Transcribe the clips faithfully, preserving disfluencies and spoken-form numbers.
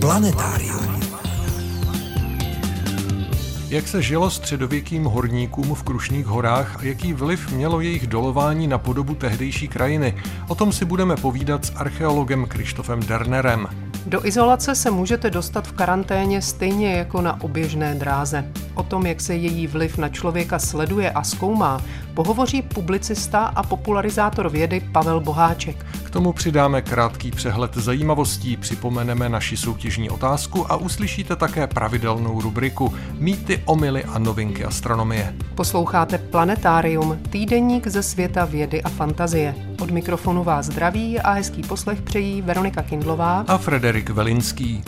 Planetárium. Jak se žilo středověkým horníkům v Krušných horách a jaký vliv mělo jejich dolování na podobu tehdejší krajiny? O tom si budeme povídat s archeologem Krištofem Dernerem. Do izolace se můžete dostat v karanténě stejně jako na oběžné dráze. O tom, jak se její vliv na člověka sleduje a zkoumá, pohovoří publicista a popularizátor vědy Pavel Boháček. K tomu přidáme krátký přehled zajímavostí, připomeneme naši soutěžní otázku a uslyšíte také pravidelnou rubriku Mýty, omyly a novinky astronomie. Posloucháte Planetárium, týdeník ze světa vědy a fantazie. Od mikrofonu vás zdraví a hezký poslech přejí Veronika Kindlová a Frederik Velinský.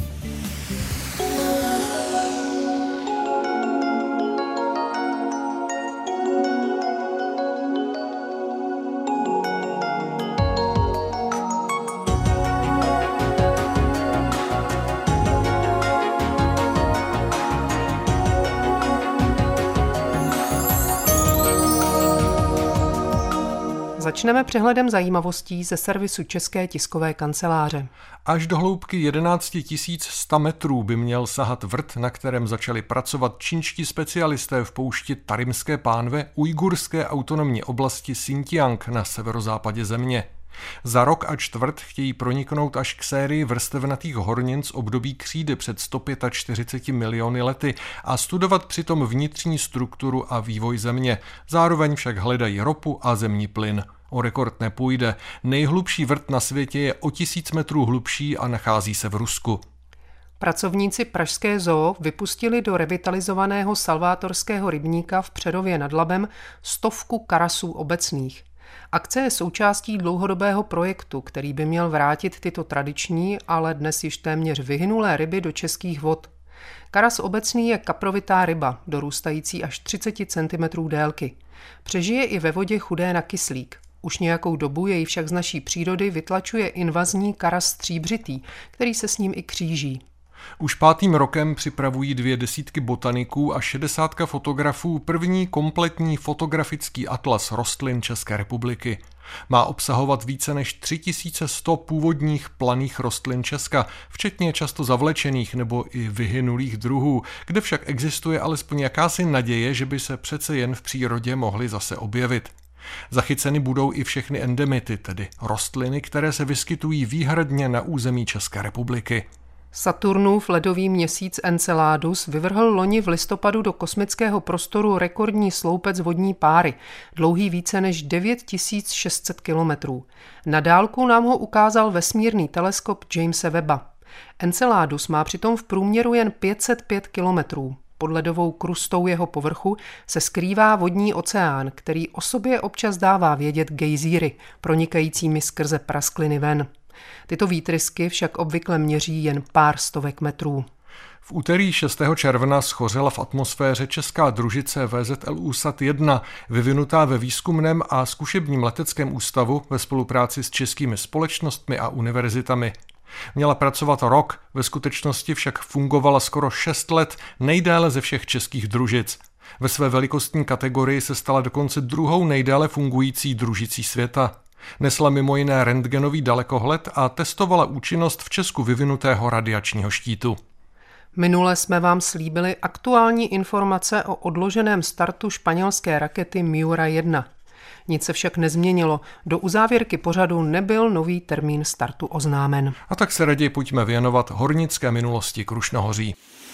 Začneme přehledem zajímavostí ze servisu České tiskové kanceláře. Až do hloubky jedenáct tisíc sto metrů by měl sahat vrt, na kterém začali pracovat čínští specialisté v poušti Tarimské pánve ujgurské autonomní oblasti Xinjiang na severozápadě země. Za rok a čtvrt chtějí proniknout až k sérii vrstevnatých hornin z období křídy před sto čtyřiceti pěti miliony lety a studovat přitom vnitřní strukturu a vývoj země. Zároveň však hledají ropu a zemní plyn. O rekord nepůjde. Nejhlubší vrt na světě je o tisíc metrů hlubší a nachází se v Rusku. Pracovníci pražské zoo vypustili do revitalizovaného salvátorského rybníka v Přerově nad Labem stovku karasů obecných. Akce je součástí dlouhodobého projektu, který by měl vrátit tyto tradiční, ale dnes již téměř vyhynulé ryby do českých vod. Karas obecný je kaprovitá ryba, dorůstající až třicet centimetrů délky. Přežije i ve vodě chudé na kyslík. Už nějakou dobu jej však z naší přírody vytlačuje invazní karas stříbřitý, který se s ním i kříží. Už pátým rokem připravují dvě desítky botaniků a šedesátka fotografů první kompletní fotografický atlas rostlin České republiky. Má obsahovat více než tři tisíce sto původních planých rostlin Česka, včetně často zavlečených nebo i vyhynulých druhů, kde však existuje alespoň jakási naděje, že by se přece jen v přírodě mohly zase objevit. Zachyceny budou i všechny endemity, tedy rostliny, které se vyskytují výhradně na území České republiky. Saturnův ledový měsíc Enceladus vyvrhl loni v listopadu do kosmického prostoru rekordní sloupec vodní páry, dlouhý více než devět tisíc šest set kilometrů. Na dálku nám ho ukázal vesmírný teleskop Jamese Webba. Enceladus má přitom v průměru jen pět set pět kilometrů. Pod ledovou krustou jeho povrchu se skrývá vodní oceán, který o sobě občas dává vědět gejzíry, pronikajícími skrze praskliny ven. Tyto výtrysky však obvykle měří jen pár stovek metrů. V úterý šestého června schořela v atmosféře česká družice V Z L U S A T jedna, vyvinutá ve výzkumném a zkušebním leteckém ústavu ve spolupráci s českými společnostmi a univerzitami. Měla pracovat rok, ve skutečnosti však fungovala skoro šest let, nejdéle ze všech českých družic. Ve své velikostní kategorii se stala dokonce druhou nejdéle fungující družicí světa. Nesla mimo jiné rentgenový dalekohled a testovala účinnost v Česku vyvinutého radiačního štítu. Minule jsme vám slíbili aktuální informace o odloženém startu španělské rakety Miura jedna. Nic se však nezměnilo, do uzávěrky pořadu nebyl nový termín startu oznámen. A tak se raději pojďme věnovat hornické minulosti Krušnohoří.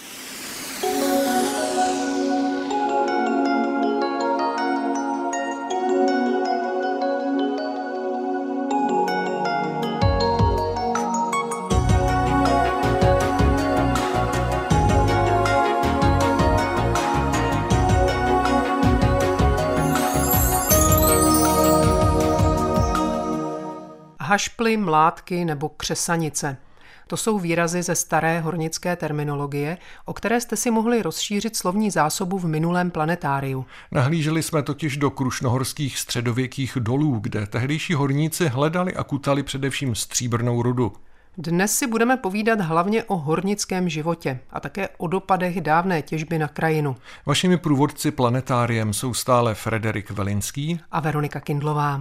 Hašply, mlátky nebo křesanice. To jsou výrazy ze staré hornické terminologie, o které jste si mohli rozšířit slovní zásobu v minulém planetáriu. Nahlíželi jsme totiž do krušnohorských středověkých dolů, kde tehdejší horníci hledali a kutali především stříbrnou rudu. Dnes si budeme povídat hlavně o hornickém životě a také o dopadech dávné těžby na krajinu. Vašimi průvodci planetáriem jsou stále Frederik Velinský a Veronika Kindlová.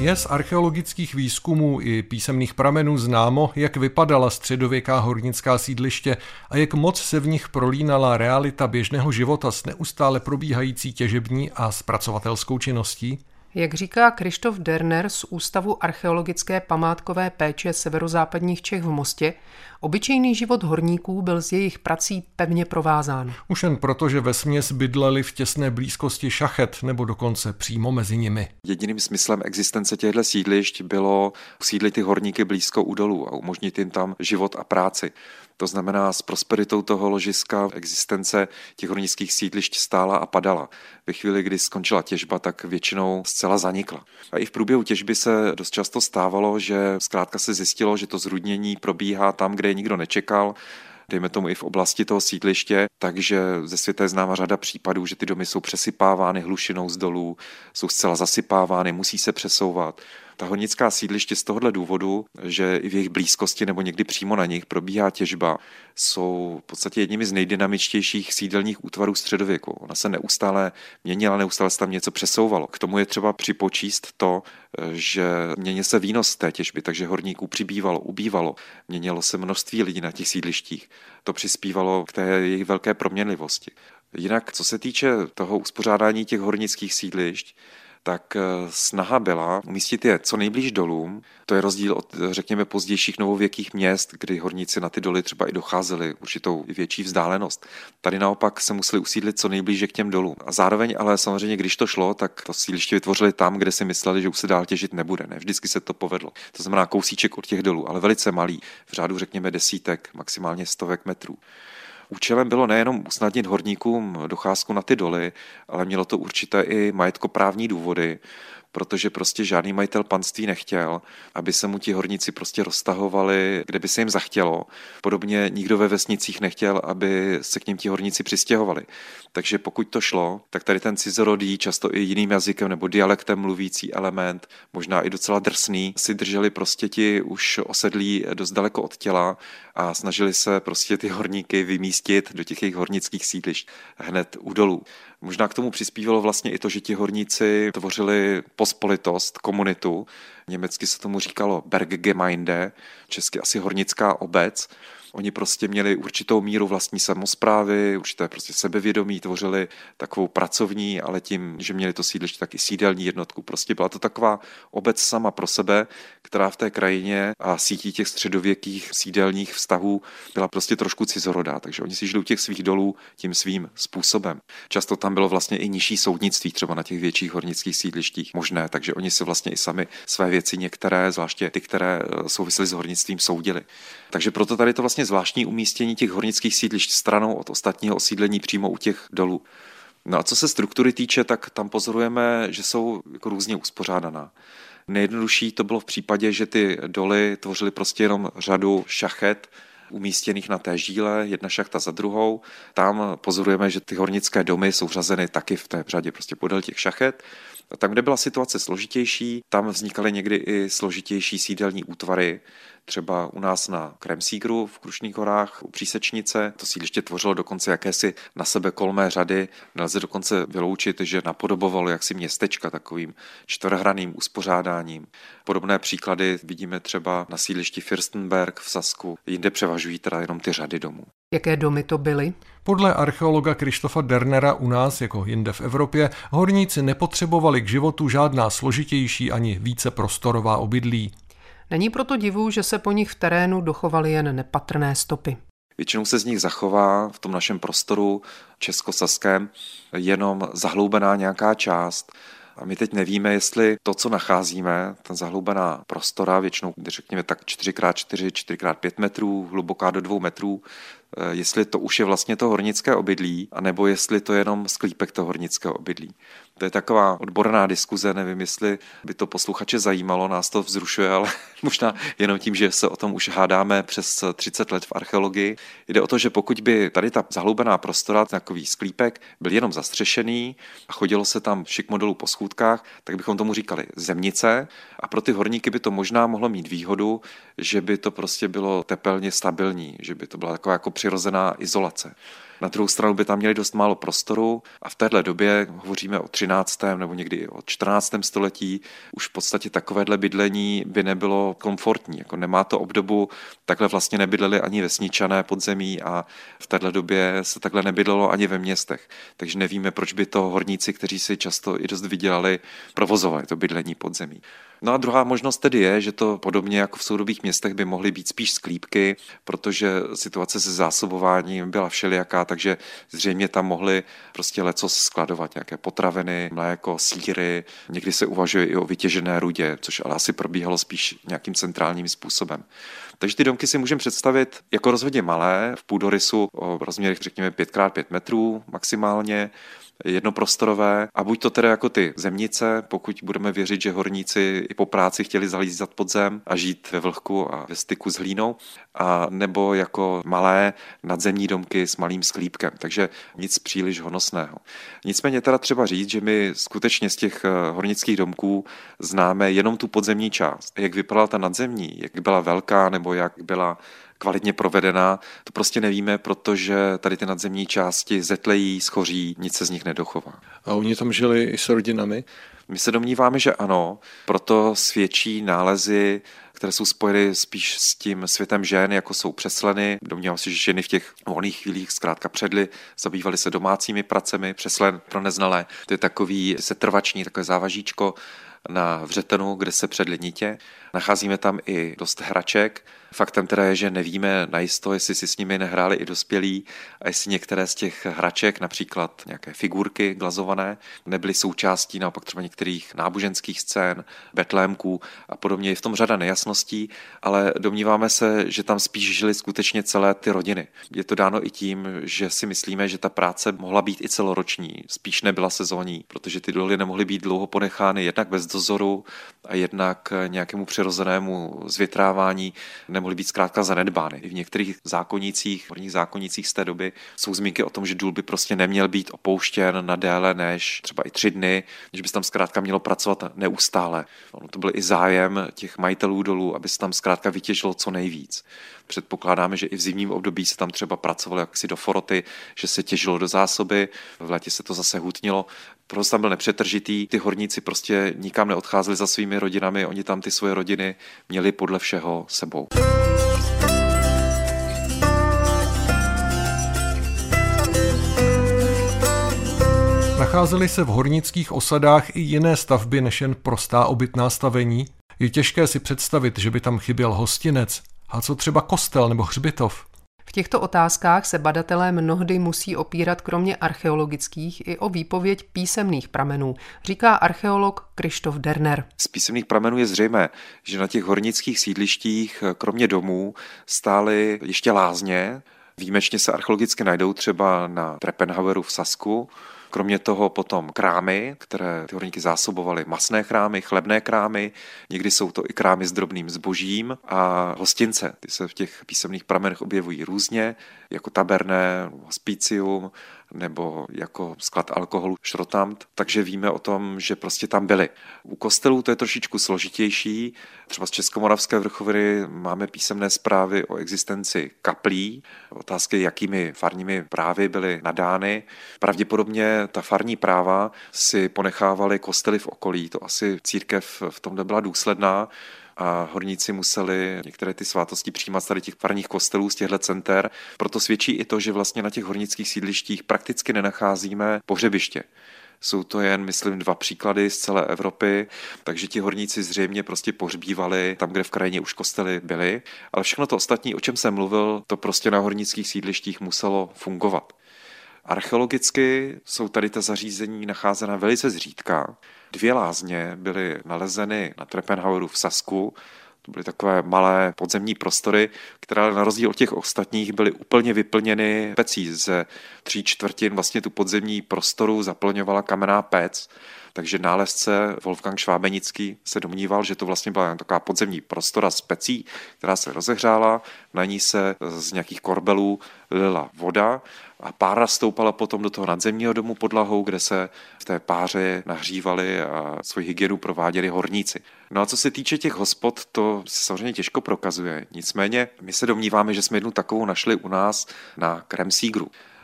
Je z archeologických výzkumů i písemných pramenů známo, jak vypadala středověká hornická sídliště a jak moc se v nich prolínala realita běžného života s neustále probíhající těžební a zpracovatelskou činností? Jak říká Krištof Derner z Ústavu archeologické památkové péče severozápadních Čech v Mostě, obyčejný život horníků byl s jejich prací pevně provázán. Už jen proto, že vesměs bydleli v těsné blízkosti šachet nebo dokonce přímo mezi nimi. Jediným smyslem existence těchto sídlišť bylo usídlit ty horníky blízko u dolů a umožnit jim tam život a práci. To znamená, s prosperitou toho ložiska existence těch hornických sídlišť stála a padala. Ve chvíli, kdy skončila těžba, tak většinou zcela zanikla. A i v průběhu těžby se dost často stávalo, že zkrátka se zjistilo, že to zrudnění probíhá tam, kde je nikdo nečekal, dejme tomu i v oblasti toho sídliště, takže ze světa je známa řada případů, že ty domy jsou přesypávány hlušinou z dolů, jsou zcela zasypávány, musí se přesouvat. Ta hornická sídliště z tohohle důvodu, že i v jejich blízkosti nebo někdy přímo na nich probíhá těžba, jsou v podstatě jedními z nejdynamičtějších sídelních útvarů středověku. Ona se neustále měnila, neustále se tam něco přesouvalo. K tomu je třeba připočíst to, že měnil se výnos té těžby, takže horníků přibývalo, ubývalo, měnilo se množství lidí na těch sídlištích. To přispívalo k té jejich velké proměnlivosti. Jinak, co se týče toho uspořádání těch hornických sídlišť, tak snaha byla umístit je co nejblíž dolům. To je rozdíl od, řekněme, pozdějších novověkých měst, kdy horníci na ty doly třeba i docházeli určitou větší vzdálenost. Tady naopak se museli usídlit co nejblíže k těm dolům. A zároveň ale samozřejmě, když to šlo, tak to sídliště vytvořili tam, kde si mysleli, že už se dál těžit nebude. Ne, vždycky se to povedlo. To znamená kousíček od těch dolů, ale velice malý, v řádu řekněme desítek, maximálně stovek metrů. Účelem bylo nejenom usnadnit horníkům docházku na ty doly, ale mělo to určité i majetkoprávní důvody, protože prostě žádný majitel panství nechtěl, aby se mu ti horníci prostě roztahovali, kde by se jim zachtělo. Podobně nikdo ve vesnicích nechtěl, aby se k ním ti horníci přistěhovali. Takže pokud to šlo, tak tady ten cizorodý, často i jiným jazykem nebo dialektem mluvící element, možná i docela drsný, si drželi prostě ti už osedlí dost daleko od těla a snažili se prostě ty horníky vymístit do těch jejich hornických sídlišť hned u dolů. Možná k tomu přispívalo vlastně i to, že ti horníci tvořili pospolitost, komunitu. Německy se tomu říkalo Berggemeinde, česky asi hornická obec. Oni prostě měli určitou míru vlastní samosprávy, určité prostě sebevědomí, tvořili takovou pracovní, ale tím, že měli to sídliště, tak i sídelní jednotku. Prostě byla to taková obec sama pro sebe, která v té krajině a sítí těch středověkých sídelních vztahů byla prostě trošku cizorodá. Takže oni si žili u těch svých dolů tím svým způsobem. Často tam bylo vlastně i nižší soudnictví, třeba na těch větších hornických sídlištích možné, takže oni si vlastně i sami své věci některé, zvláště ty, které souvisely s hornictvím, soudili. Takže proto tady to vlastně zvláštní umístění těch hornických sídlišť stranou od ostatního osídlení přímo u těch dolů. No a co se struktury týče, tak tam pozorujeme, že jsou jako různě uspořádaná. Nejjednodušší to bylo v případě, že ty doly tvořily prostě jenom řadu šachet umístěných na té žíle, jedna šachta za druhou. Tam pozorujeme, že ty hornické domy jsou řazeny taky v té řadě prostě podél těch šachet. A tam, kde byla situace složitější, tam vznikaly někdy i složitější sídelní útvary. Třeba u nás na Kremsígru v Krušných horách u Přísečnice. To sídliště tvořilo dokonce jakési na sebe kolmé řady. Nelze dokonce vyloučit, že napodobovalo jaksi městečka takovým čtvrhraným uspořádáním. Podobné příklady vidíme třeba na sídlišti Fürstenberg v Sasku. Jinde převažují teda jenom ty řady domů. Jaké domy to byly? Podle archeologa Krištofa Dernera u nás, jako jinde v Evropě, horníci nepotřebovali k životu žádná složitější ani více prostorová obydlí. Není proto divu, že se po nich v terénu dochovaly jen nepatrné stopy. Většinou se z nich zachová v tom našem prostoru českosaském jenom zahloubená nějaká část. A my teď nevíme, jestli to, co nacházíme, ta zahloubená prostora, většinou řekněme tak čtyři krát čtyři, čtyři krát pět metrů, hluboká do dvou metrů, jestli to už je vlastně to hornické obydlí, anebo jestli to je jenom sklípek toho hornického obydlí. To je taková odborná diskuze, nevím, jestli by to posluchače zajímalo, nás to vzrušuje, ale možná jenom tím, že se o tom už hádáme přes třicet let v archeologii. Jde o to, že pokud by tady ta zahloubená prostora, takový sklípek, byl jenom zastřešený a chodilo se tam šikmo dolů po schůdkách, tak bychom tomu říkali zemnice a pro ty horníky by to možná mohlo mít výhodu, že by to prostě bylo tepelně stabilní, že by to byla taková jako přirozená izolace. Na druhou stranu by tam měli dost málo prostoru a v téhle době, hovoříme o třináctém nebo někdy o čtrnáctém století, už v podstatě takovéhle bydlení by nebylo komfortní. Jako nemá to obdobu, takhle vlastně nebydleli ani vesničané podzemí a v téhle době se takhle nebydlelo ani ve městech. Takže nevíme, proč by to horníci, kteří si často i dost vydělali, provozovali to bydlení podzemí. No a druhá možnost tedy je, že to podobně jako v soudobých městech by mohly být spíš sklípky, protože situace se zásobováním byla všelijaká, takže zřejmě tam mohly prostě lecos skladovat, nějaké potraviny, mléko, sýry, někdy se uvažuje i o vytěžené rudě, což ale asi probíhalo spíš nějakým centrálním způsobem. Takže ty domky si můžeme představit jako rozhodně malé, v půdorysu o rozměrech řekněme pět krát pět metrů maximálně, jednoprostorové a buď to tedy jako ty zemnice, pokud budeme věřit, že horníci i po práci chtěli zalízat pod zem a žít ve vlhku a ve styku s hlínou, a nebo jako malé nadzemní domky s malým sklípkem, takže nic příliš honosného. Nicméně teda třeba říct, že my skutečně z těch hornických domků známe jenom tu podzemní část. Jak vypadala ta nadzemní, jak byla velká nebo jak byla kvalitně provedená, to prostě nevíme, protože tady ty nadzemní části zetlejí, schoří, nic se z nich nedochová. A oni tam žili i s rodinami? My se domníváme, že ano, proto svědčí nálezy, které jsou spojeny spíš s tím světem žen, jako jsou přesleny. Domnívám se, že ženy v těch volných chvílích zkrátka předly, zabývaly se domácími pracemi, přeslen pro neznalé. To je takový setrvační, takové závažíčko na vřetenu, kde se předly nitě. Nacházíme tam i dost hraček. Faktem teda je, že nevíme najisto, jestli si s nimi nehráli i dospělí a jestli některé z těch hraček, například nějaké figurky glazované, nebyly součástí naopak třeba některých náboženských scén, betlémků a podobně. Je v tom řada nejasností, ale domníváme se, že tam spíš žili skutečně celé ty rodiny. Je to dáno i tím, že si myslíme, že ta práce mohla být i celoroční, spíš nebyla sezónní, protože ty doly nemohly být dlouho ponechány jednak bez dozoru a jednak nějakému přirozenému zvětrávání, nemohly být zkrátka zanedbány. I v některých zákonících, horních zákonících z té doby jsou zmínky o tom, že důl by prostě neměl být opouštěn na déle než třeba i tři dny, že by se tam zkrátka mělo pracovat neustále. Ono to byl i zájem těch majitelů dolů, aby se tam zkrátka vytěžilo co nejvíc. Předpokládáme, že i v zimním období se tam třeba pracovalo jaksi do foroty, že se těžilo do zásoby, v létě se to zase hutnilo. Prostě tam byl nepřetržitý, ty horníci prostě nikam neodcházeli za svými rodinami, oni tam ty svoje rodiny měli podle všeho sebou. Nacházely se v hornických osadách i jiné stavby než jen prostá obytná stavení? Je těžké si představit, že by tam chyběl hostinec. A co třeba kostel nebo hřbitov? V těchto otázkách se badatelé mnohdy musí opírat kromě archeologických i o výpověď písemných pramenů, říká archeolog Krištof Derner. Z písemných pramenů je zřejmé, že na těch hornických sídlištích kromě domů stály ještě lázně. Výjimečně se archeologicky najdou třeba na Treppenhaueru v Sasku. Kromě toho potom krámy, které ty horníky zásobovaly, masné krámy, chlebné krámy, někdy jsou to i krámy s drobným zbožím a hostince. Ty se v těch písemných pramenech objevují různě, jako taberné, hospicium nebo jako sklad alkoholu šrotamt, takže víme o tom, že prostě tam byli. U kostelů to je trošičku složitější. Třeba z Českomoravské vrchoviny máme písemné zprávy o existenci kaplí. Otázky, jakými farními právy byly nadány. Pravděpodobně ta farní práva si ponechávaly kostely v okolí. To asi církev v tomhle byla důsledná. A horníci museli některé ty svátosti přijímat z tady těch farních kostelů, z těchto center. Proto svědčí i to, že vlastně na těch hornických sídlištích prakticky nenacházíme pohřebiště. Jsou to jen, myslím, dva příklady z celé Evropy, takže ti horníci zřejmě prostě pohřbívali tam, kde v krajině už kostely byly. Ale všechno to ostatní, o čem jsem mluvil, to prostě na hornických sídlištích muselo fungovat. Archeologicky jsou tady ta zařízení nacházena velice zřídka. Dvě lázně byly nalezeny na Treppenhaueru v Sasku. To byly takové malé podzemní prostory, které na rozdíl od těch ostatních byly úplně vyplněny pecí. Ze tří čtvrtin vlastně tu podzemní prostoru zaplňovala kamenná pec. Takže nálezce Wolfgang Švábenický se domníval, že to vlastně byla taková podzemní prostora z pecí, která se rozehřála, na ní se z nějakých korbelů lila voda a pára stoupala potom do toho nadzemního domu podlahou, kde se v té páře nahřívali a svoji hygienu prováděli horníci. No a co se týče těch hospod, to se samozřejmě těžko prokazuje. Nicméně my se domníváme, že jsme jednu takovou našli u nás na Kremsígru.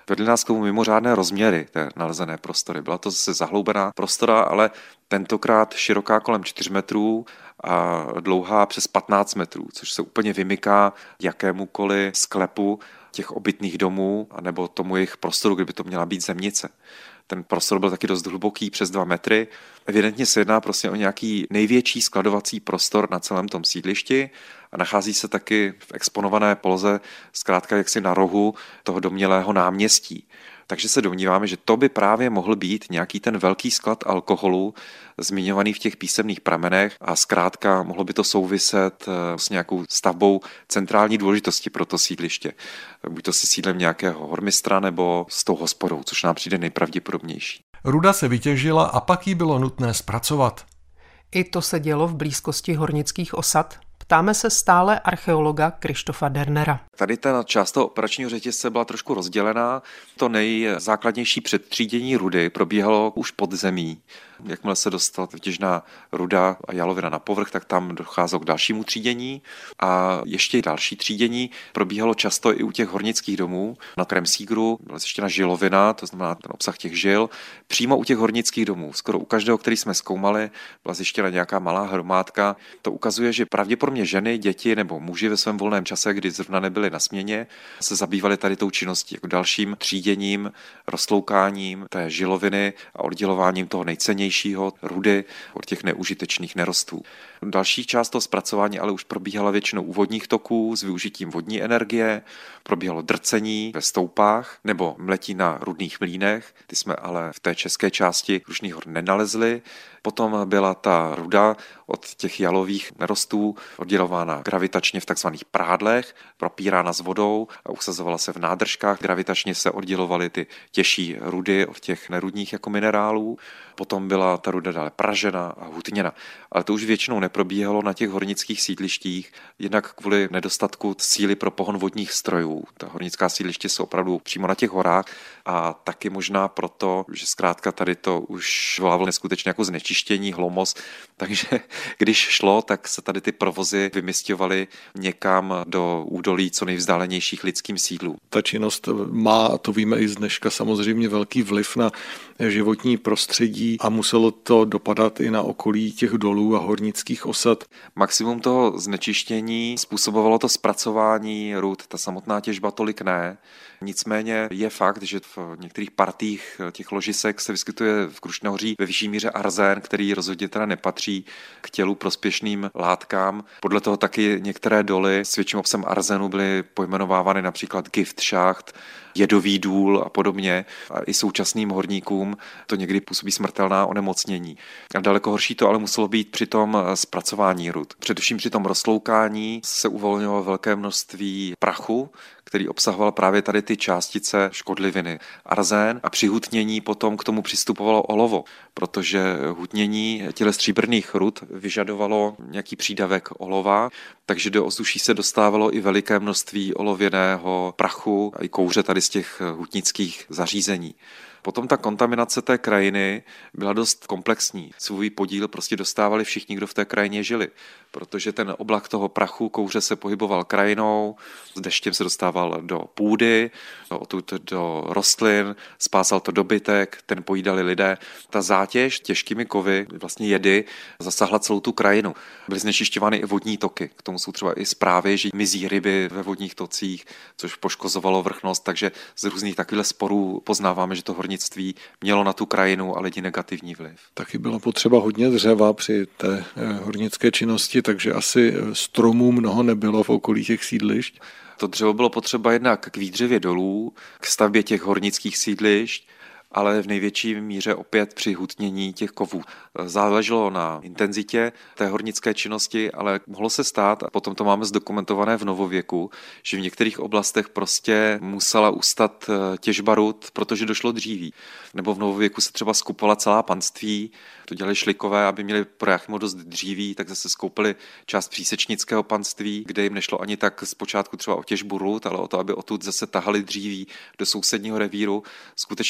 Vedly nás k tomu mimořádné rozměry té nalezené prostory. Byla to zase zahloubená prostora, ale tentokrát široká kolem čtyř metrů a dlouhá přes patnáct metrů, což se úplně vymyká jakémukoliv sklepu těch obytných domů, anebo tomu jejich prostoru, kdyby to měla být zemnice. Ten prostor byl taky dost hluboký, přes dva metry. Evidentně se jedná prostě o nějaký největší skladovací prostor na celém tom sídlišti a nachází se taky v exponované poloze zkrátka jaksi na rohu toho domnělého náměstí. Takže se domníváme, že to by právě mohl být nějaký ten velký sklad alkoholu zmiňovaný v těch písemných pramenech a zkrátka mohlo by to souviset s nějakou stavbou centrální důležitosti pro to sídliště. Buď to se sídlem nějakého hormistra nebo s tou hospodou, což nám přijde nejpravděpodobnější. Ruda se vytěžila a pak ji bylo nutné zpracovat. I to se dělo v blízkosti hornických osad. Ptáme se stále archeologa Krištofa Dernera. Tady ta část toho operačního řetězce byla trošku rozdělená. To nejzákladnější předtřídění rudy probíhalo už pod zemí. Jakmile se dostala vytěžená ruda a jalovina na povrch, tak tam docházelo k dalšímu třídění. A ještě další třídění probíhalo často i u těch hornických domů. Na Kremsígru byla zjištěna žilovina, to znamená ten obsah těch žil. Přímo u těch hornických domů, skoro u každého, který jsme zkoumali, byla zjištěna nějaká malá hromádka. To ukazuje, že pravděpodobně ženy, děti nebo muži ve svém volném čase, kdy zrovna nebyli na směně, se zabývali tady tou činností, jako dalším tříděním, roztloukáním té žiloviny a oddělováním toho nejcennějšího rudy od těch neužitečných nerostů. Další část toho zpracování ale už probíhala většinou u vodních toků s využitím vodní energie, probíhalo drcení ve stoupách nebo mletí na rudných mlýnech, ty jsme ale v té české části Krušných hor nenalezli. Potom byla ta ruda od těch jalových nerostů oddělována gravitačně v takzvaných prádlech, propírána s vodou a usazovala se v nádržkách. Gravitačně se oddělovaly ty těžší rudy od těch nerudních jako minerálů. Potom byla ta ruda dále pražena a hutněna. Ale to už většinou neprobíhalo na těch hornických sídlištích, jednak kvůli nedostatku síly pro pohon vodních strojů. Ta hornická sídliště jsou opravdu přímo na těch horách a taky možná proto, že zkrátka tady to už volávalo neskutečně jako znečištění, hlomos, takže když šlo, tak se tady ty provozy vymysťovaly někam do údolí co nejvzdálenějších lidským sídlům. Ta činnost má, a to víme i z dneška, samozřejmě velký vliv na životní prostředí a muselo to dopadat i na okolí těch dolů a hornických osad. Maximum toho znečištění způsobovalo to zpracování rud, ta samotná těžba tolik ne. Nicméně je fakt, že v některých partích těch ložisek se vyskytuje v Krušnohoří ve vyšší míře arzén, který rozhodně teda nepatří k tělu prospěšným látkám. Podle toho taky některé doly s větším obsahem arzénu byly pojmenovávány například gift schacht, jedový důl a podobně. A i současným horníkům to někdy působí smrtelná onemocnění. A daleko horší to ale muselo být při tom zpracování rud. Především při tom rozloukání se uvolňovalo velké množství prachu, který obsahoval právě tady ty částice škodliviny arzén a při hutnění potom k tomu přistupovalo olovo, protože hutnění těle stříbrných rud vyžadovalo nějaký přídavek olova, takže do ovzduší se dostávalo i veliké množství olověného prachu a i kouře tady z těch hutnických zařízení. Potom ta kontaminace té krajiny byla dost komplexní. Svůj podíl prostě dostávali všichni, kdo v té krajině žili, protože ten oblak toho prachu kouře se pohyboval krajinou, s deštěm se dostával do půdy, odtud do rostlin, spásal to dobytek, ten pojídali lidé. Ta zátěž těžkými kovy, vlastně jedy, zasahla celou tu krajinu. Byly znečišťovány i vodní toky. K tomu jsou třeba i zprávy, že mizí ryby ve vodních tocích, což poškozovalo vrchnost, takže z různých takových sporů poznáváme, že to hornictví mělo na tu krajinu a lidi negativní vliv. Taky bylo potřeba hodně dřeva při té hornické činnosti, takže asi stromů mnoho nebylo v okolí těch sídlišť. To dřevo bylo potřeba jednak k výdřevě dolů, k stavbě těch hornických sídlišť, ale v největší míře opět při hutnění těch kovů. Záleželo na intenzitě té hornické činnosti, ale mohlo se stát, a potom to máme zdokumentované v novověku, že v některých oblastech prostě musela ustat těžba rud, protože došlo dříví. Nebo v novověku se třeba skupovala celá panství, to dělali Šlikové, aby měli pro Jáchymu dost dříví, tak zase skoupili část přísečnického panství, kde jim nešlo ani tak zpočátku třeba o těžbu rud, ale o to, aby odtud zase tahali dříví do sousedního revíru. Skutečně jako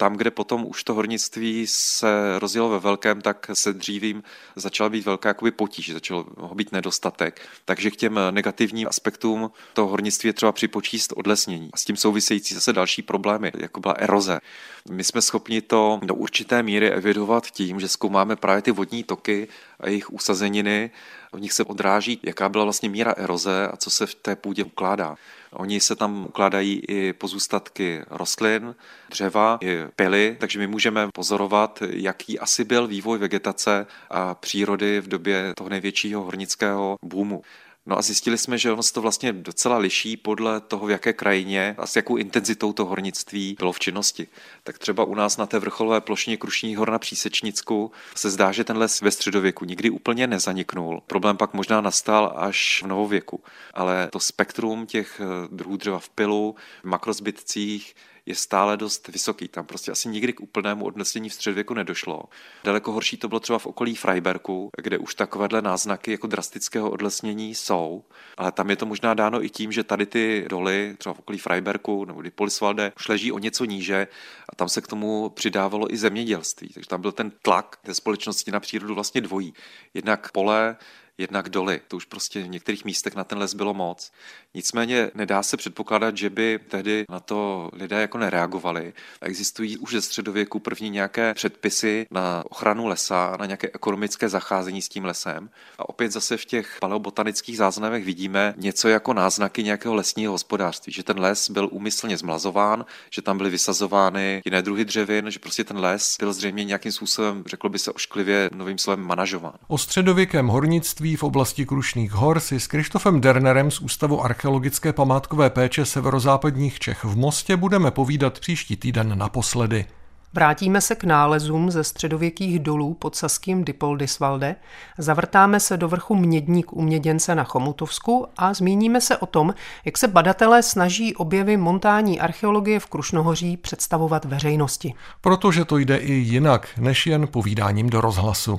tam, kde potom už to hornictví se rozjelo ve velkém, tak se dřívím začala být velká jakoby potíž, začalo ho být nedostatek. Takže k těm negativním aspektům toho hornictví je třeba připočíst odlesnění. A s tím související zase další problémy, jako byla eroze. My jsme schopni to do určité míry evidovat tím, že zkoumáme právě ty vodní toky a jejich usazeniny. V nich se odráží, jaká byla vlastně míra eroze a co se v té půdě ukládá. Oni se tam ukládají i pozůstatky rostlin, dřeva, i pily, takže my můžeme pozorovat, jaký asi byl vývoj vegetace a přírody v době toho největšího hornického boomu. No a zjistili jsme, že ono se to vlastně docela liší podle toho, v jaké krajině a s jakou intenzitou to hornictví bylo v činnosti. Tak třeba u nás na té vrcholové plošině Krušných hor na Přísečnicku se zdá, že ten les ve středověku nikdy úplně nezaniknul. Problém pak možná nastal až v novověku. Ale to spektrum těch druhů dřeva v pilu, v makrozbytcích je stále dost vysoký. Tam prostě asi nikdy k úplnému odlesnění v středověku nedošlo. Daleko horší to bylo třeba v okolí Freibergu, kde už takovéhle náznaky jako drastického odlesnění jsou, ale tam je to možná dáno i tím, že tady ty doly, třeba v okolí Freibergu nebo Dippoldiswalde, už leží o něco níže a tam se k tomu přidávalo i zemědělství. Takže tam byl ten tlak té společnosti na přírodu vlastně dvojí. Jednak pole, jednak doly. To už prostě v některých místech na ten les bylo moc. Nicméně nedá se předpokládat, že by tehdy na to lidé jako nereagovali. Existují už ze středověku první nějaké předpisy na ochranu lesa, na nějaké ekonomické zacházení s tím lesem. A opět zase v těch paleobotanických záznamech vidíme něco jako náznaky nějakého lesního hospodářství, že ten les byl úmyslně zmlazován, že tam byly vysazovány jiné druhy dřevin, že prostě ten les byl zřejmě nějakým způsobem, řeklo by se ošklivě, novým slovem manažován. O středověkém hornictví v oblasti Krušných hor si s Krištofem Dernerem z Ústavu archeologické památkové péče severozápadních Čech v Mostě budeme povídat příští týden naposledy. Vrátíme se k nálezům ze středověkých dolů pod saským Dippoldiswalde, zavrtáme se do vrchu Mědník u Měděnce na Chomutovsku a zmíníme se o tom, jak se badatelé snaží objevy montání archeologie v Krušnohoří představovat veřejnosti. Protože to jde i jinak, než jen povídáním do rozhlasu.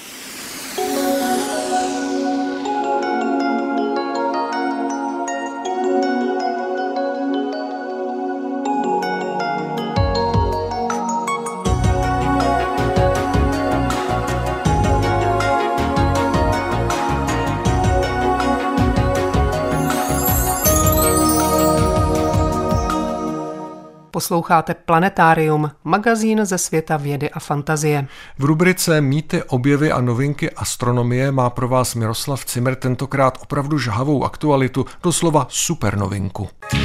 Posloucháte Planetárium, magazín ze světa vědy a fantazie. V rubrice Mýty, objevy a novinky astronomie má pro vás Miroslav Cimr tentokrát opravdu žhavou aktualitu, doslova super novinku.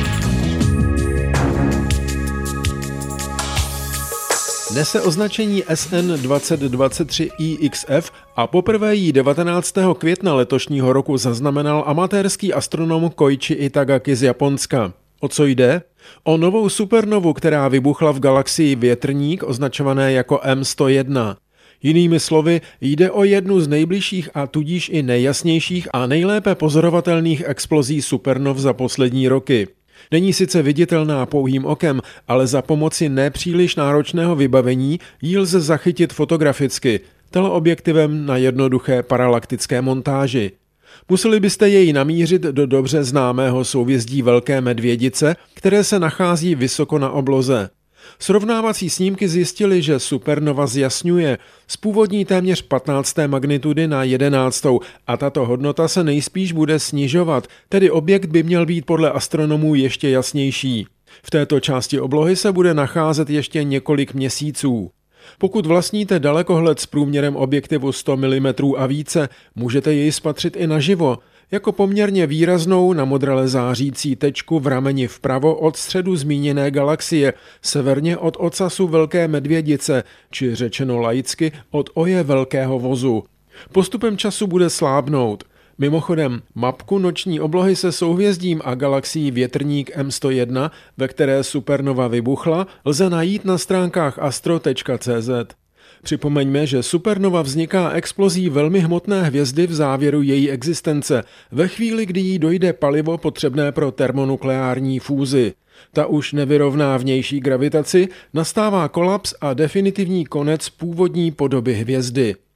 Nese označení S N dvacet dvacet tři I X F a poprvé ji devatenáctého května letošního roku zaznamenal amatérský astronom Koichi Itagaki z Japonska. O co jde? O novou supernovu, která vybuchla v galaxii Větrník, označované jako M sto jedna. Jinými slovy, jde o jednu z nejbližších a tudíž i nejjasnějších a nejlépe pozorovatelných explozí supernov za poslední roky. Není sice viditelná pouhým okem, ale za pomoci nepříliš náročného vybavení ji lze zachytit fotograficky, teleobjektivem na jednoduché paralaktické montáži. Museli byste jej namířit do dobře známého souhvězdí Velké medvědice, které se nachází vysoko na obloze. Srovnávací snímky zjistily, že supernova zjasňuje z původní téměř patnácté magnitudy na jedenáctou a tato hodnota se nejspíš bude snižovat, tedy objekt by měl být podle astronomů ještě jasnější. V této části oblohy se bude nacházet ještě několik měsíců. Pokud vlastníte dalekohled s průměrem objektivu sto milimetrů a více, můžete jej spatřit i naživo, jako poměrně výraznou namodrale zářící tečku v rameni vpravo od středu zmíněné galaxie, severně od ocasu Velké medvědice, či řečeno laicky od oje Velkého vozu. Postupem času bude slábnout. Mimochodem, mapku noční oblohy se souhvězdím a galaxií Větrník M sto jedna, ve které supernova vybuchla, lze najít na stránkách astro tečka cé zet. Připomeňme, že supernova vzniká explozí velmi hmotné hvězdy v závěru její existence, ve chvíli, kdy jí dojde palivo potřebné pro termonukleární fúzi. Ta už nevyrovná vnější gravitaci, nastává kolaps a definitivní konec původní podoby hvězdy.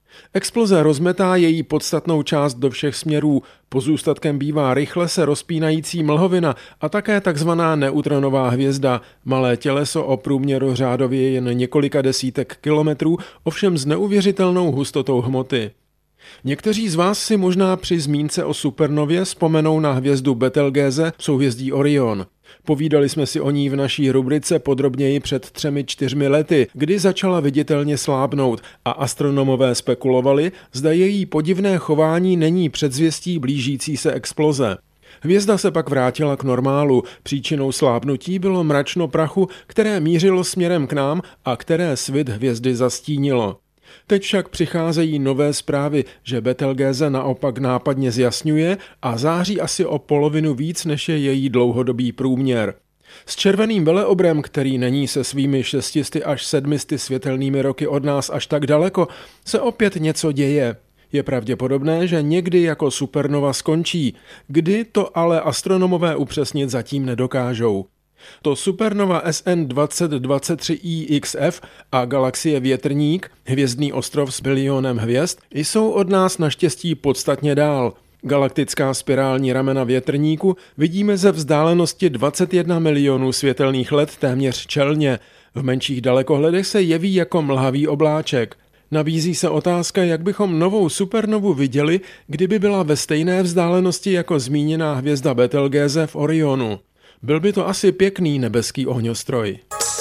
Exploze rozmetá její podstatnou část do všech směrů. Pozůstatkem bývá rychle se rozpínající mlhovina a také takzvaná neutronová hvězda, malé těleso o průměru řádově jen několika desítek kilometrů, ovšem s neuvěřitelnou hustotou hmoty. Někteří z vás si možná při zmínce o supernově vzpomenou na hvězdu Betelgéze v souhvězdí Orion. Povídali jsme si o ní v naší rubrice podrobněji před třemi čtyřmi lety, kdy začala viditelně slábnout a astronomové spekulovali, zda její podivné chování není předzvěstí blížící se exploze. Hvězda se pak vrátila k normálu. Příčinou slábnutí bylo mračno prachu, které mířilo směrem k nám a které svit hvězdy zastínilo. Teď však přicházejí nové zprávy, že Betelgéze naopak nápadně zjasňuje a září asi o polovinu víc, než je její dlouhodobý průměr. S červeným veleobrem, který není se svými šestisty až sedmisty světelnými roky od nás až tak daleko, se opět něco děje. Je pravděpodobné, že někdy jako supernova skončí, kdy to ale astronomové upřesnit zatím nedokážou. To supernova S N dvacet dvacet tři I X F a galaxie Větrník, hvězdný ostrov s bilionem hvězd, jsou od nás naštěstí podstatně dál. Galaktická spirální ramena Větrníku vidíme ze vzdálenosti dvacet jedna milionů světelných let téměř čelně. V menších dalekohledech se jeví jako mlhavý obláček. Nabízí se otázka, jak bychom novou supernovu viděli, kdyby byla ve stejné vzdálenosti jako zmíněná hvězda Betelgéze v Orionu. Byl by to asi pěkný nebeský ohňostroj.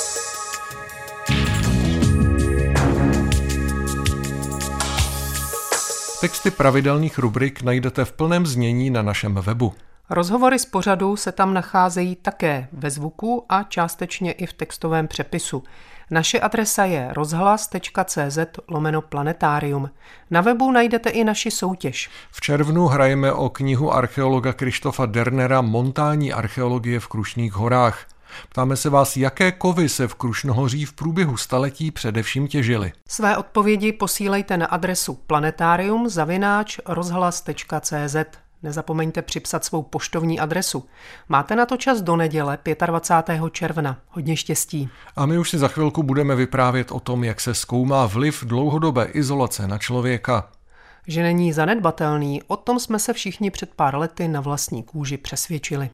Texty pravidelných rubrik najdete v plném znění na našem webu. Rozhovory z pořadu se tam nacházejí také ve zvuku a částečně i v textovém přepisu. Naše adresa je rozhlas.cz lomeno planetarium. Na webu najdete i naši soutěž. V červnu hrajeme o knihu archeologa Krištofa Dernera Montální archeologie v Krušných horách. Ptáme se vás, jaké kovy se v Krušnohoří v průběhu staletí především těžily. Své odpovědi posílejte na adresu planetarium zavináč rozhlas.cz. Nezapomeňte připsat svou poštovní adresu. Máte na to čas do neděle dvacátého pátého června. Hodně štěstí. A my už si za chvilku budeme vyprávět o tom, jak se zkoumá vliv dlouhodobé izolace na člověka. Že není zanedbatelný, o tom jsme se všichni před pár lety na vlastní kůži přesvědčili.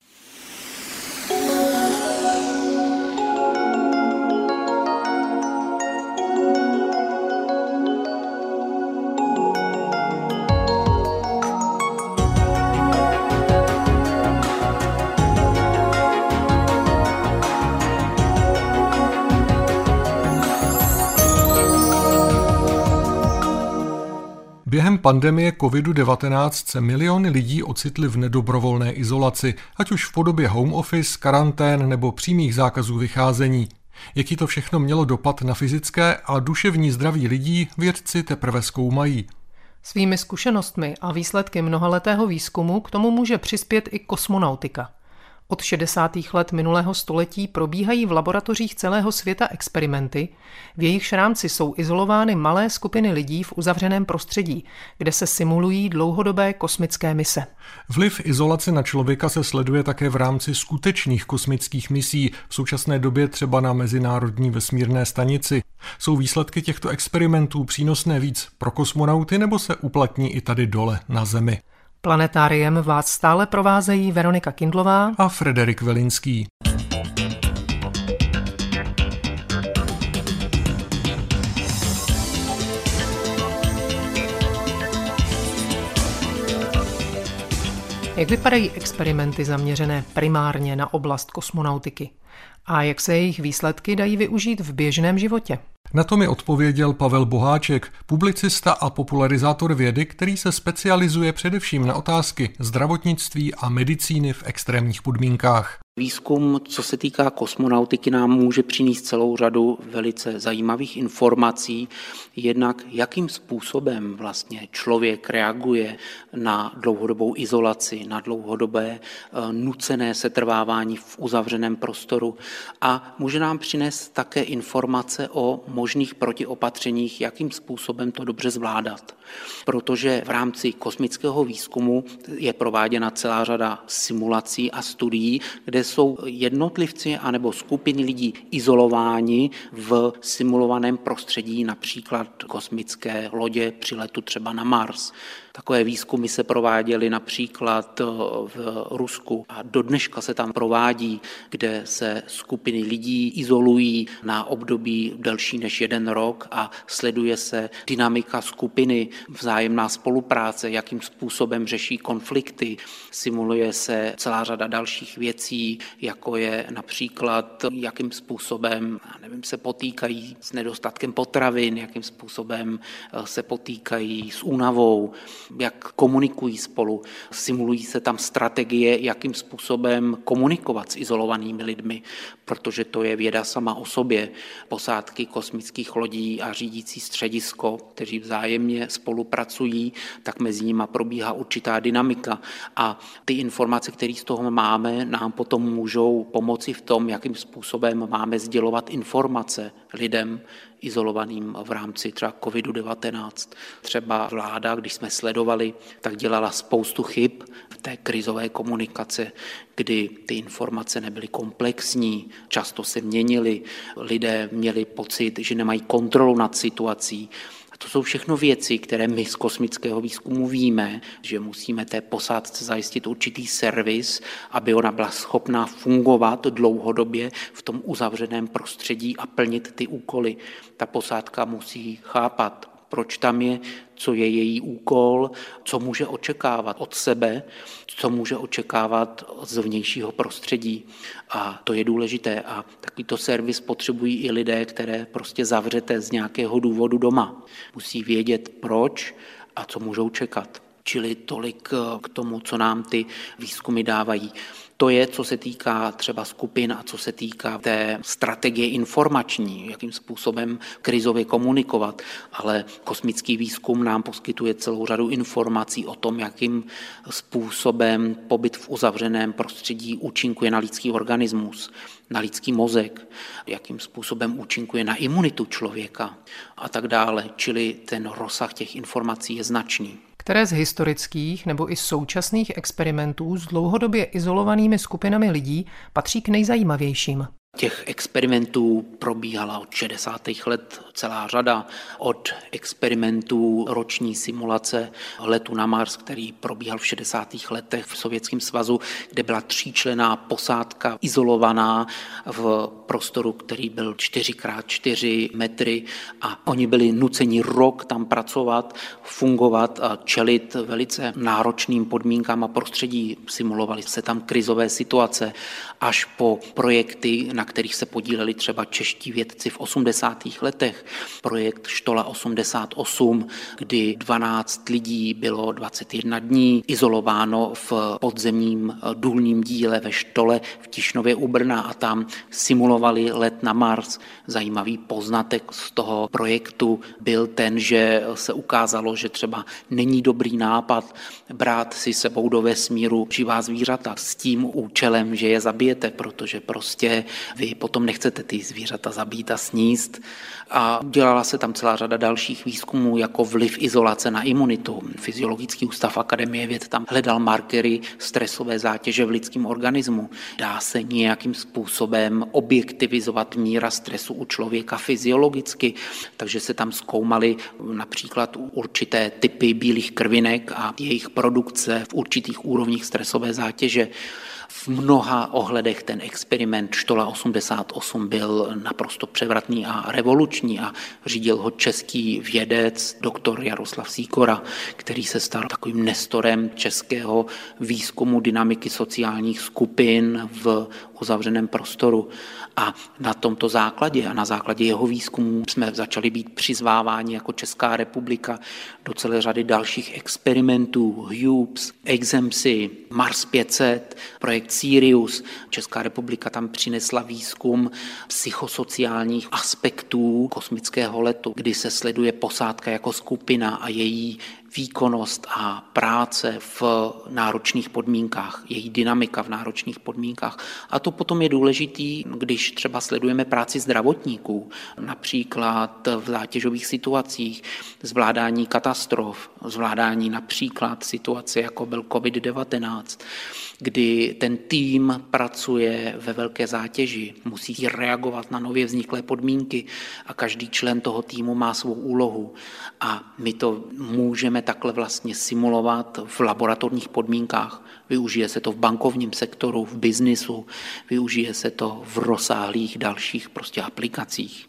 Během pandemie kovid devatenáct se miliony lidí ocitly v nedobrovolné izolaci, ať už v podobě home office, karantén nebo přímých zákazů vycházení. Jaký to všechno mělo dopad na fyzické a duševní zdraví lidí, vědci teprve zkoumají. Svými zkušenostmi a výsledky mnohaletého výzkumu k tomu může přispět i kosmonautika. Od šedesátých let minulého století probíhají v laboratořích celého světa experimenty, v jejichž rámci jsou izolovány malé skupiny lidí v uzavřeném prostředí, kde se simulují dlouhodobé kosmické mise. Vliv izolace na člověka se sleduje také v rámci skutečných kosmických misí, v současné době třeba na Mezinárodní vesmírné stanici. Jsou výsledky těchto experimentů přínosné víc pro kosmonauty nebo se uplatní i tady dole na Zemi? Planetáriem vás stále provázejí Veronika Kindlová a Frederik Velinský. Jak vypadají experimenty zaměřené primárně na oblast kosmonautiky? A jak se jejich výsledky dají využít v běžném životě? Na to mi odpověděl Pavel Boháček, publicista a popularizátor vědy, který se specializuje především na otázky zdravotnictví a medicíny v extrémních podmínkách. Výzkum, co se týká kosmonautiky, nám může přinést celou řadu velice zajímavých informací. Jednak jakým způsobem vlastně člověk reaguje na dlouhodobou izolaci, na dlouhodobé nucené setrvávání v uzavřeném prostoru a může nám přinést také informace o možných protiopatřeních, jakým způsobem to dobře zvládat. Protože v rámci kosmického výzkumu je prováděna celá řada simulací a studií, kde jsou jednotlivci anebo skupiny lidí izolováni v simulovaném prostředí, například kosmické lodě při letu třeba na Mars. Takové výzkumy se prováděly například v Rusku a do dneška se tam provádí, kde se skupiny lidí izolují na období delší než jeden rok a sleduje se dynamika skupiny, vzájemná spolupráce, jakým způsobem řeší konflikty, simuluje se celá řada dalších věcí, jako je například, jakým způsobem, já nevím, se potýkají s nedostatkem potravin, jakým způsobem se potýkají s únavou, jak komunikují spolu. Simulují se tam strategie, jakým způsobem komunikovat s izolovanými lidmi, protože to je věda sama o sobě. Posádky kosmických lodí a řídící středisko, kteří vzájemně spolupracují, tak mezi nimi probíhá určitá dynamika. A ty informace, které z toho máme, nám potom můžou pomoci v tom, jakým způsobem máme sdělovat informace lidem izolovaným v rámci třeba covid devatenáct. Třeba vláda, když jsme sledovali, tak dělala spoustu chyb v té krizové komunikace, kdy ty informace nebyly komplexní, často se měnily, lidé měli pocit, že nemají kontrolu nad situací. A to jsou všechno věci, které my z kosmického výzkumu víme, že musíme té posádce zajistit určitý servis, aby ona byla schopná fungovat dlouhodobě v tom uzavřeném prostředí a plnit ty úkoly. Ta posádka musí chápat, proč tam je, co je její úkol, co může očekávat od sebe, co může očekávat z vnějšího prostředí. A to je důležité. A takovýto servis potřebují i lidé, které prostě zavřete z nějakého důvodu doma. Musí vědět proč a co můžou čekat. Čili tolik k tomu, co nám ty výzkumy dávají. To je, co se týká třeba skupin a co se týká té strategie informační, jakým způsobem krizově komunikovat, ale kosmický výzkum nám poskytuje celou řadu informací o tom, jakým způsobem pobyt v uzavřeném prostředí účinkuje na lidský organismus, na lidský mozek, jakým způsobem účinkuje na imunitu člověka a tak dále. Čili ten rozsah těch informací je značný. Které z historických nebo i současných experimentů s dlouhodobě izolovanými skupinami lidí patří k nejzajímavějším? Těch experimentů probíhala od šedesátých let celá řada. Od experimentů roční simulace letu na Mars, který probíhal v šedesátých letech v Sovětském svazu, kde byla tříčlenná posádka izolovaná v prostoru, který byl čtyři krát čtyři metry a oni byli nuceni rok tam pracovat, fungovat a čelit velice náročným podmínkám a prostředí. Simulovali se tam krizové situace až po projekty, na kterých se podíleli třeba čeští vědci v osmdesátých letech. Projekt Štola osmdesát osm, kdy dvanáct lidí bylo dvacet jedna dní izolováno v podzemním důlním díle ve Štole v Tišnově u Brna a tam simulovali let na Mars. Zajímavý poznatek z toho projektu byl ten, že se ukázalo, že třeba není dobrý nápad brát si sebou do vesmíru živá zvířata s tím účelem, že je zabijete, protože prostě vy potom nechcete ty zvířata zabít a sníst. A dělala se tam celá řada dalších výzkumů, jako vliv izolace na imunitu. Fyziologický ústav Akademie věd tam hledal markery stresové zátěže v lidském organismu. Dá se nějakým způsobem objektivizovat míra stresu u člověka fyziologicky, takže se tam zkoumaly například určité typy bílých krvinek a jejich produkce v určitých úrovních stresové zátěže. V mnoha ohledech ten experiment Štola osmdesát osm byl naprosto převratný a revoluční a řídil ho český vědec doktor Jaroslav Sýkora, který se stal takovým nestorem českého výzkumu dynamiky sociálních skupin v uzavřeném prostoru. A na tomto základě a na základě jeho výzkumu jsme začali být přizváváni jako Česká republika do celé řady dalších experimentů, Hubes, EXEMSy, Mars pět set, projekt Sirius. Česká republika tam přinesla výzkum psychosociálních aspektů kosmického letu, kdy se sleduje posádka jako skupina a její výkonnost a práce v náročných podmínkách, její dynamika v náročných podmínkách. A to potom je důležitý, když třeba sledujeme práci zdravotníků, například v zátěžových situacích, zvládání katastrof, zvládání například situace, jako byl covid devatenáct, kdy ten tým pracuje ve velké zátěži, musí reagovat na nově vzniklé podmínky a každý člen toho týmu má svou úlohu. A my to můžeme takhle vlastně simulovat v laboratorních podmínkách. Využije se to v bankovním sektoru, v biznisu, využije se to v rozsáhlých dalších prostě aplikacích.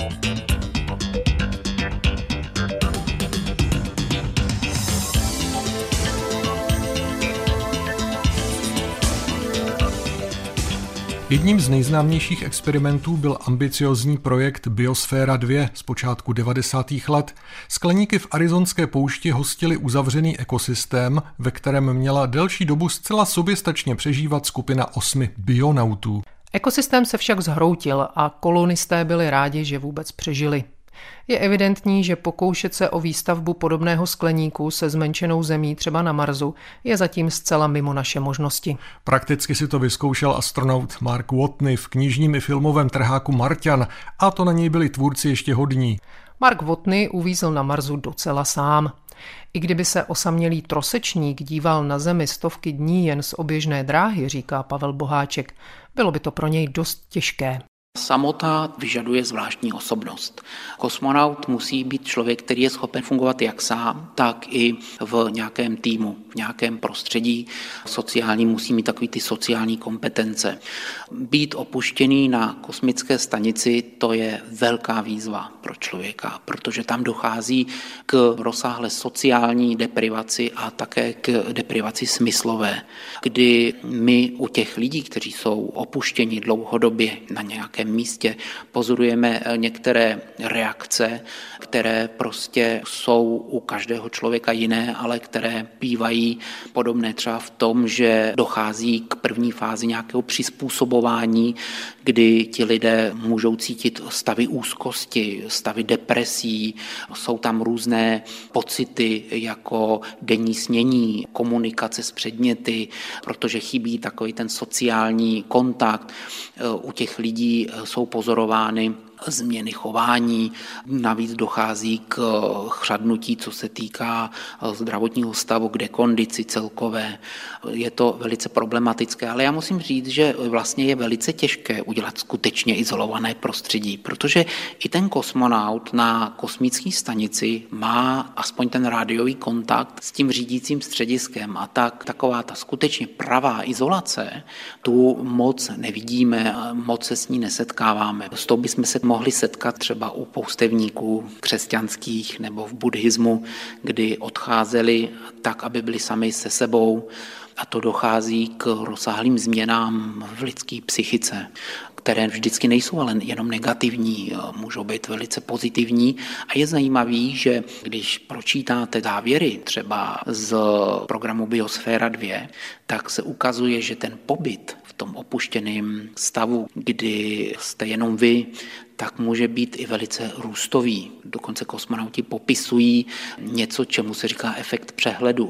Jedním z nejznámějších experimentů byl ambiciózní projekt Biosféra dva z počátku devadesátých let. Skleníky v arizonské poušti hostily uzavřený ekosystém, ve kterém měla delší dobu zcela soběstačně přežívat skupina osmi bionautů. Ekosystém se však zhroutil a kolonisté byli rádi, že vůbec přežili. Je evidentní, že pokoušet se o výstavbu podobného skleníku se zmenšenou zemí třeba na Marsu je zatím zcela mimo naše možnosti. Prakticky si to vyzkoušel astronaut Mark Watney v knižním i filmovém trháku Marťan a to na něj byli tvůrci ještě hodní. Mark Watney uvízl na Marsu docela sám. I kdyby se osamělý trosečník díval na Zemi stovky dní jen z oběžné dráhy, říká Pavel Boháček, bylo by to pro něj dost těžké. Samota vyžaduje zvláštní osobnost. Kosmonaut musí být člověk, který je schopen fungovat jak sám, tak i v nějakém týmu, v nějakém prostředí sociálním, musí mít takový ty sociální kompetence. Být opuštěný na kosmické stanici, to je velká výzva pro člověka, protože tam dochází k rozsáhlé sociální deprivaci a také k deprivaci smyslové, kdy my u těch lidí, kteří jsou opuštěni dlouhodobě na nějakém místě, pozorujeme některé reakce, které prostě jsou u každého člověka jiné, ale které bývají podobné třeba v tom, že dochází k první fázi nějakého přizpůsobování, kdy ti lidé můžou cítit stavy úzkosti, stavy depresí, jsou tam různé pocity jako denní snění, komunikace s předměty, protože chybí takový ten sociální kontakt. U těch lidí jsou pozorovány změny chování, navíc dochází k chřadnutí, co se týká zdravotního stavu, k dekondici celkové. Je to velice problematické, ale já musím říct, že vlastně je velice těžké udělat skutečně izolované prostředí, protože i ten kosmonaut na kosmické stanici má aspoň ten rádiový kontakt s tím řídícím střediskem a tak taková ta skutečně pravá izolace, tu moc nevidíme, moc se s ní nesetkáváme. S tou bychom se mohli setkat třeba u poustevníků křesťanských nebo v buddhismu, kdy odcházeli tak, aby byli sami se sebou, a to dochází k rozsáhlým změnám v lidské psychice, které vždycky nejsou ale jenom negativní, můžou být velice pozitivní. A je zajímavý, že když pročítáte závěry třeba z programu Biosféra dva, tak se ukazuje, že ten pobyt v tom opuštěném stavu, kdy jste jenom vy, tak může být i velice růstový. Dokonce kosmonauti popisují něco, čemu se říká efekt přehledu,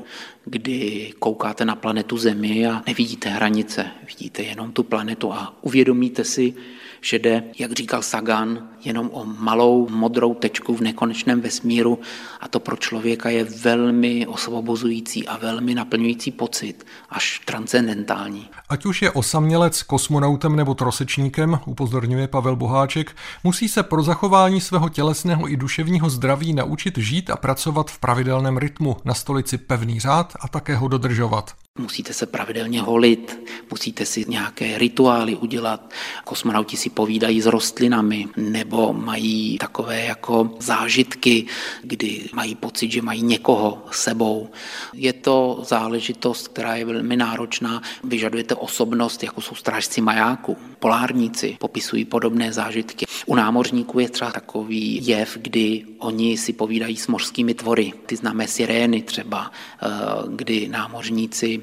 kdy koukáte na planetu Zemi a nevidíte hranice, vidíte jenom tu planetu a uvědomíte si, že jde, jak říkal Sagan, jenom o malou modrou tečku v nekonečném vesmíru a to pro člověka je velmi osvobozující a velmi naplňující pocit, až transcendentální. Ať už je osamělec kosmonautem nebo trosečníkem, upozorňuje Pavel Boháček, musí se pro zachování svého tělesného i duševního zdraví naučit žít a pracovat v pravidelném rytmu, nastolit si pevný řád a také ho dodržovat. Musíte se pravidelně holit, musíte si nějaké rituály udělat. Kosmonauti si povídají s rostlinami nebo mají takové jako zážitky, kdy mají pocit, že mají někoho sebou. Je to záležitost, která je velmi náročná. Vyžadujete osobnost, jako jsou strážci majáku. Polárníci popisují podobné zážitky. U námořníků je třeba takový jev, kdy oni si povídají s mořskými tvory. Ty známé sirény třeba, kdy námořníci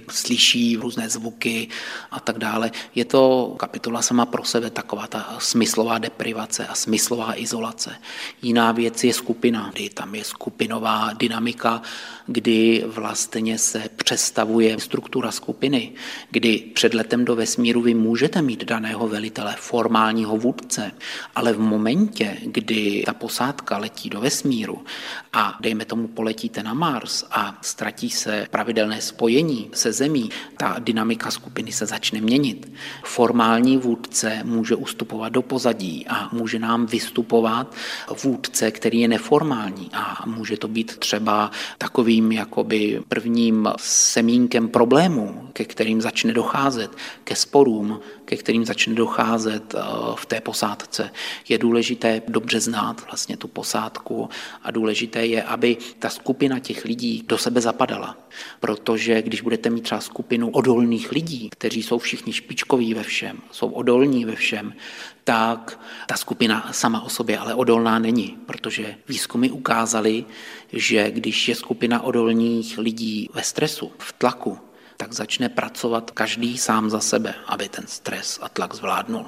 slyší různé zvuky a tak dále. Je to kapitola sama pro sebe, taková ta smyslová deprivace a smyslová izolace. Jiná věc je skupina, kdy tam je skupinová dynamika, kdy vlastně se přestavuje struktura skupiny, kdy před letem do vesmíru vy můžete mít daného velitele, formálního vůdce, ale v momentě, kdy ta posádka letí do vesmíru a dejme tomu poletíte na Mars a ztratí se pravidelné spojení se Zemí, ta dynamika skupiny se začne měnit. Formální vůdce může ustupovat do pozadí a může nám vystupovat vůdce, který je neformální a může to být třeba takovým jakoby prvním semínkem problémů, ke kterým začne docházet, ke sporům, ke kterým začne docházet v té posádce. Je důležité dobře znát vlastně tu posádku a důležité je, aby ta skupina těch lidí do sebe zapadala. Protože když budete mít třeba skupinu odolných lidí, kteří jsou všichni špičkoví ve všem, jsou odolní ve všem, tak ta skupina sama o sobě ale odolná není, protože výzkumy ukázaly, že když je skupina odolných lidí ve stresu, v tlaku, tak začne pracovat každý sám za sebe, aby ten stres a tlak zvládnul.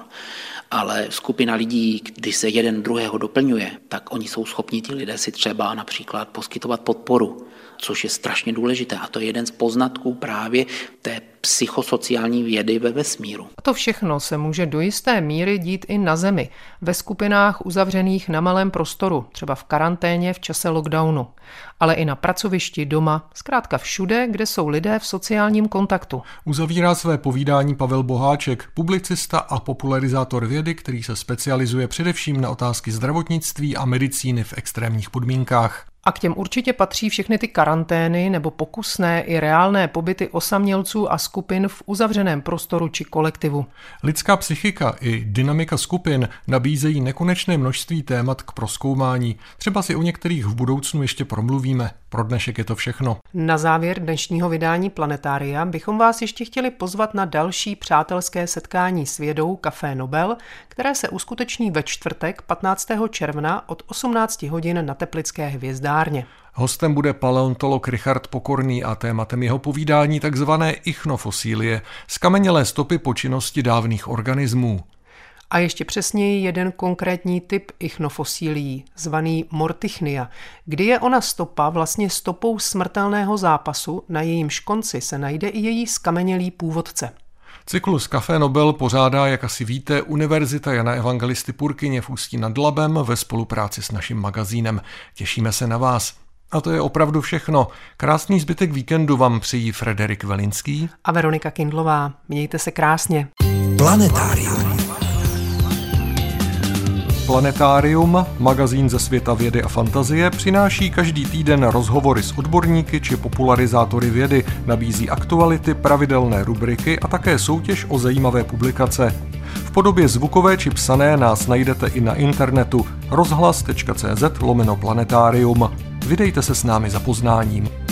Ale skupina lidí, když se jeden druhého doplňuje, tak oni jsou schopni ti lidé si třeba například poskytovat podporu, což je strašně důležité. A to je jeden z poznatků právě té psychosociální vědy ve vesmíru. A to všechno se může do jisté míry dít i na Zemi, ve skupinách uzavřených na malém prostoru, třeba v karanténě v čase lockdownu, ale i na pracovišti, doma, zkrátka všude, kde jsou lidé v sociálním kontaktu. Uzavírá své povídání Pavel Boháček, publicista a popularizátor vědy, který se specializuje především na otázky zdravotnictví a medicíny v extrémních podmínkách. A k těm určitě patří všechny ty karantény nebo pokusné i reálné pobyty osamělců a skupin v uzavřeném prostoru či kolektivu. Lidská psychika i dynamika skupin nabízejí nekonečné množství témat k prozkoumání. Třeba si o některých v budoucnu ještě promluvíme. Pro dnešek je to všechno. Na závěr dnešního vydání Planetária bychom vás ještě chtěli pozvat na další přátelské setkání s vědou Café Nobel, které se uskuteční ve čtvrtek patnáctého června od osmnácti hodin na Teplické hvězdárně. Hostem bude paleontolog Richard Pokorný a tématem jeho povídání takzvané ichnofosílie, skamenělé stopy po činnosti dávných organismů. A ještě přesněji jeden konkrétní typ ichnofosílií, zvaný mortichnia, kdy je ona stopa vlastně stopou smrtelného zápasu, na jejímž konci se najde i její skamenělý původce. Cyklus Café Nobel pořádá, jak asi víte, Univerzita Jana Evangelisty Purkyně v Ústí nad Labem ve spolupráci s naším magazínem. Těšíme se na vás. A to je opravdu všechno. Krásný zbytek víkendu vám přejí Frederik Velinský a Veronika Kindlová. Mějte se krásně. Planetárium. Planetárium, magazín ze světa vědy a fantazie, přináší každý týden rozhovory s odborníky či popularizátory vědy, nabízí aktuality, pravidelné rubriky a také soutěž o zajímavé publikace. V podobě zvukové či psané nás najdete i na internetu rozhlas tečka cé zet lomeno planetárium. Vydejte se s námi za poznáním.